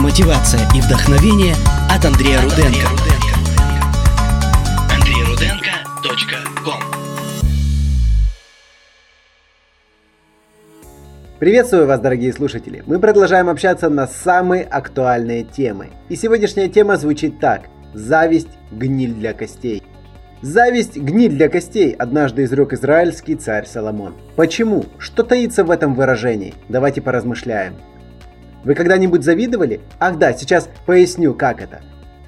мотивация и вдохновение от Андрея Руденко. AndreyRudenko.com. Приветствую вас, дорогие слушатели! Мы продолжаем общаться на самые актуальные темы. И сегодняшняя тема звучит так: зависть – гниль для костей. Зависть – гниль для костей, однажды изрек израильский царь Соломон. Почему? Что таится в этом выражении? Давайте поразмышляем. Вы когда-нибудь завидовали? Ах да, сейчас поясню, как это.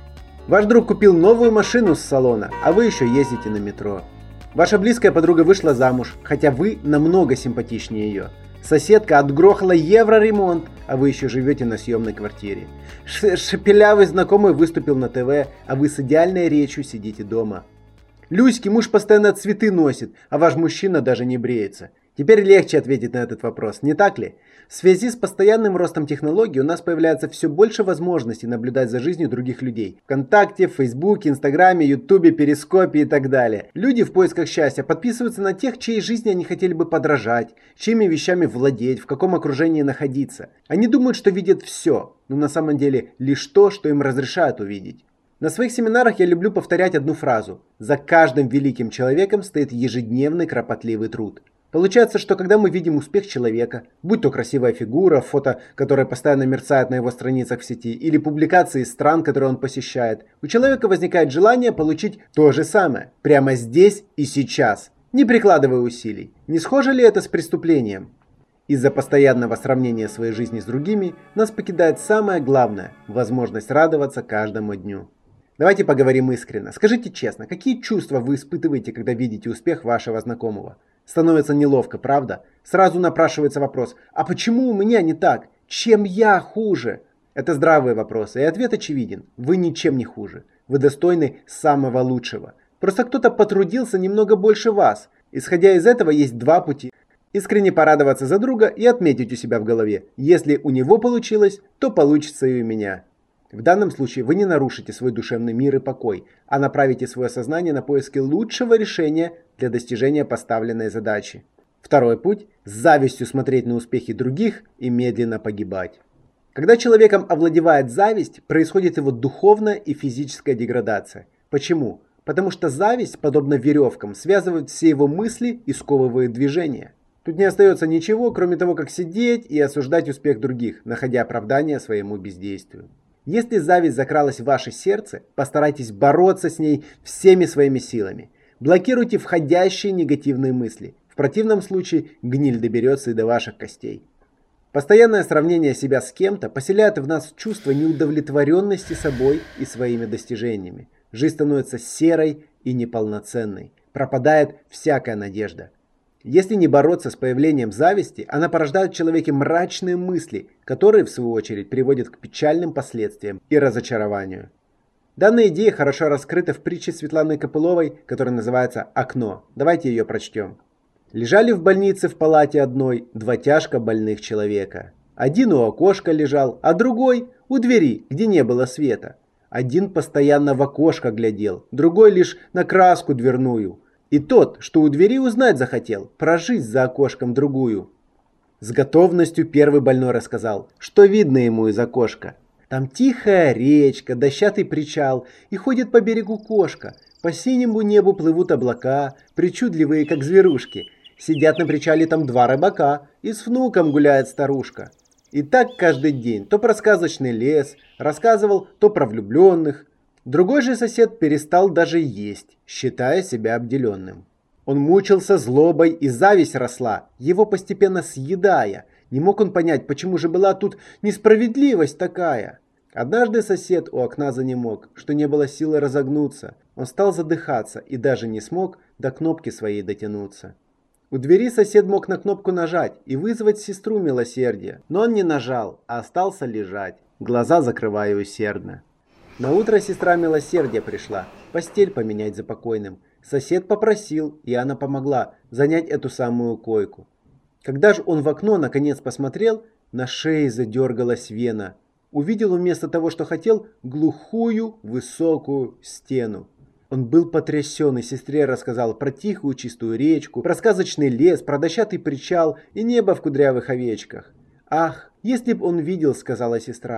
Ваш друг купил новую машину с салона, а вы еще ездите на метро. Ваша близкая подруга вышла замуж, хотя вы намного симпатичнее ее. Соседка отгрохала евроремонт, а вы еще живете на съемной квартире. Шепелявый знакомый выступил на ТВ, а вы с идеальной речью сидите дома. Люське муж постоянно цветы носит, а ваш мужчина даже не бреется. Теперь легче ответить на этот вопрос, не так ли? В связи с постоянным ростом технологий у нас появляется все больше возможностей наблюдать за жизнью других людей. ВКонтакте, в Фейсбуке, Инстаграме, Ютубе, Перископе и так далее. Люди в поисках счастья подписываются на тех, чьей жизни они хотели бы подражать, чьими вещами владеть, в каком окружении находиться. Они думают, что видят все, но на самом деле лишь то, что им разрешают увидеть. На своих семинарах я люблю повторять одну фразу: за каждым великим человеком стоит ежедневный кропотливый труд. Получается, что когда мы видим успех человека, будь то красивая фигура, фото, которое постоянно мерцает на его страницах в сети, или публикации из стран, которые он посещает, у человека возникает желание получить то же самое, прямо здесь и сейчас, не прикладывая усилий. Не схоже ли это с преступлением? Из-за постоянного сравнения своей жизни с другими нас покидает самое главное – возможность радоваться каждому дню. Давайте поговорим искренне. Скажите честно, какие чувства вы испытываете, когда видите успех вашего знакомого? Становится неловко, правда? Сразу напрашивается вопрос: а почему у меня не так? Чем я хуже? Это здравые вопросы, и ответ очевиден. Вы ничем не хуже. Вы достойны самого лучшего. Просто кто-то потрудился немного больше вас. Исходя из этого есть два пути. Искренне порадоваться за друга и отметить у себя в голове: если у него получилось, то получится и у меня. В данном случае вы не нарушите свой душевный мир и покой, а направите свое сознание на поиски лучшего решения для достижения поставленной задачи. Второй путь – с завистью смотреть на успехи других и медленно погибать. Когда человеком овладевает зависть, происходит его духовная и физическая деградация. Почему? Потому что зависть, подобно веревкам, связывает все его мысли и сковывает движение. Тут не остается ничего, кроме того, как сидеть и осуждать успех других, находя оправдание своему бездействию. Если зависть закралась в ваше сердце, постарайтесь бороться с ней всеми своими силами. Блокируйте входящие негативные мысли. В противном случае гниль доберется и до ваших костей. Постоянное сравнение себя с кем-то поселяет в нас чувство неудовлетворенности собой и своими достижениями. Жизнь становится серой и неполноценной. Пропадает всякая надежда. Если не бороться с появлением зависти, она порождает в человеке мрачные мысли, которые, в свою очередь, приводят к печальным последствиям и разочарованию. Данная идея хорошо раскрыта в притче Светланы Копыловой, которая называется «Окно». Давайте ее прочтем. Лежали в больнице в палате одной два тяжко больных человека. Один у окошка лежал, а другой у двери, где не было света. Один постоянно в окошко глядел, другой лишь на краску дверную. И тот, что у двери узнать захотел, прожить за окошком другую. С готовностью первый больной рассказал, что видно ему из окошка. Там тихая речка, дощатый причал, и ходит по берегу кошка. По синему небу плывут облака, причудливые, как зверушки. Сидят на причале там два рыбака, и с внуком гуляет старушка. И так каждый день, то про сказочный лес, рассказывал, то про влюбленных. Другой же сосед перестал даже есть, считая себя обделенным. Он мучился злобой, и зависть росла, его постепенно съедая. Не мог он понять, почему же была тут несправедливость такая. Однажды сосед у окна занемог, что не было силы разогнуться. Он стал задыхаться и даже не смог до кнопки своей дотянуться. У двери сосед мог на кнопку нажать и вызвать сестру милосердия, но он не нажал, а остался лежать, глаза закрывая усердно. Наутро сестра милосердия пришла, постель поменять за покойным. Сосед попросил, и она помогла занять эту самую койку. Когда же он в окно наконец посмотрел, на шее задергалась вена. Увидел вместо того, что хотел, глухую высокую стену. Он был потрясен и сестре рассказал про тихую чистую речку, про сказочный лес, про дощатый причал и небо в кудрявых овечках. «Ах, если б он видел, — сказала сестра, —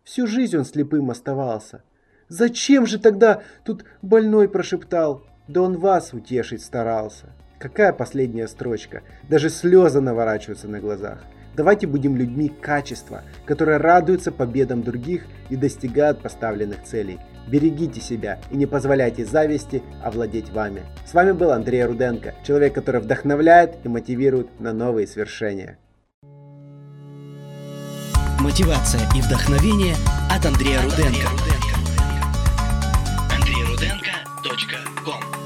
Всю жизнь он слепым оставался. Зачем же тогда тут больной прошептал? Да он вас утешить старался. Какая последняя строчка? Даже слезы наворачиваются на глазах. Давайте будем людьми качества, которые радуются победам других и достигают поставленных целей. Берегите себя и не позволяйте зависти овладеть вами. С вами был Андрей Руденко, человек, который вдохновляет и мотивирует на новые свершения. Мотивация и вдохновение от Андрея Руденко. AndreyRudenko.com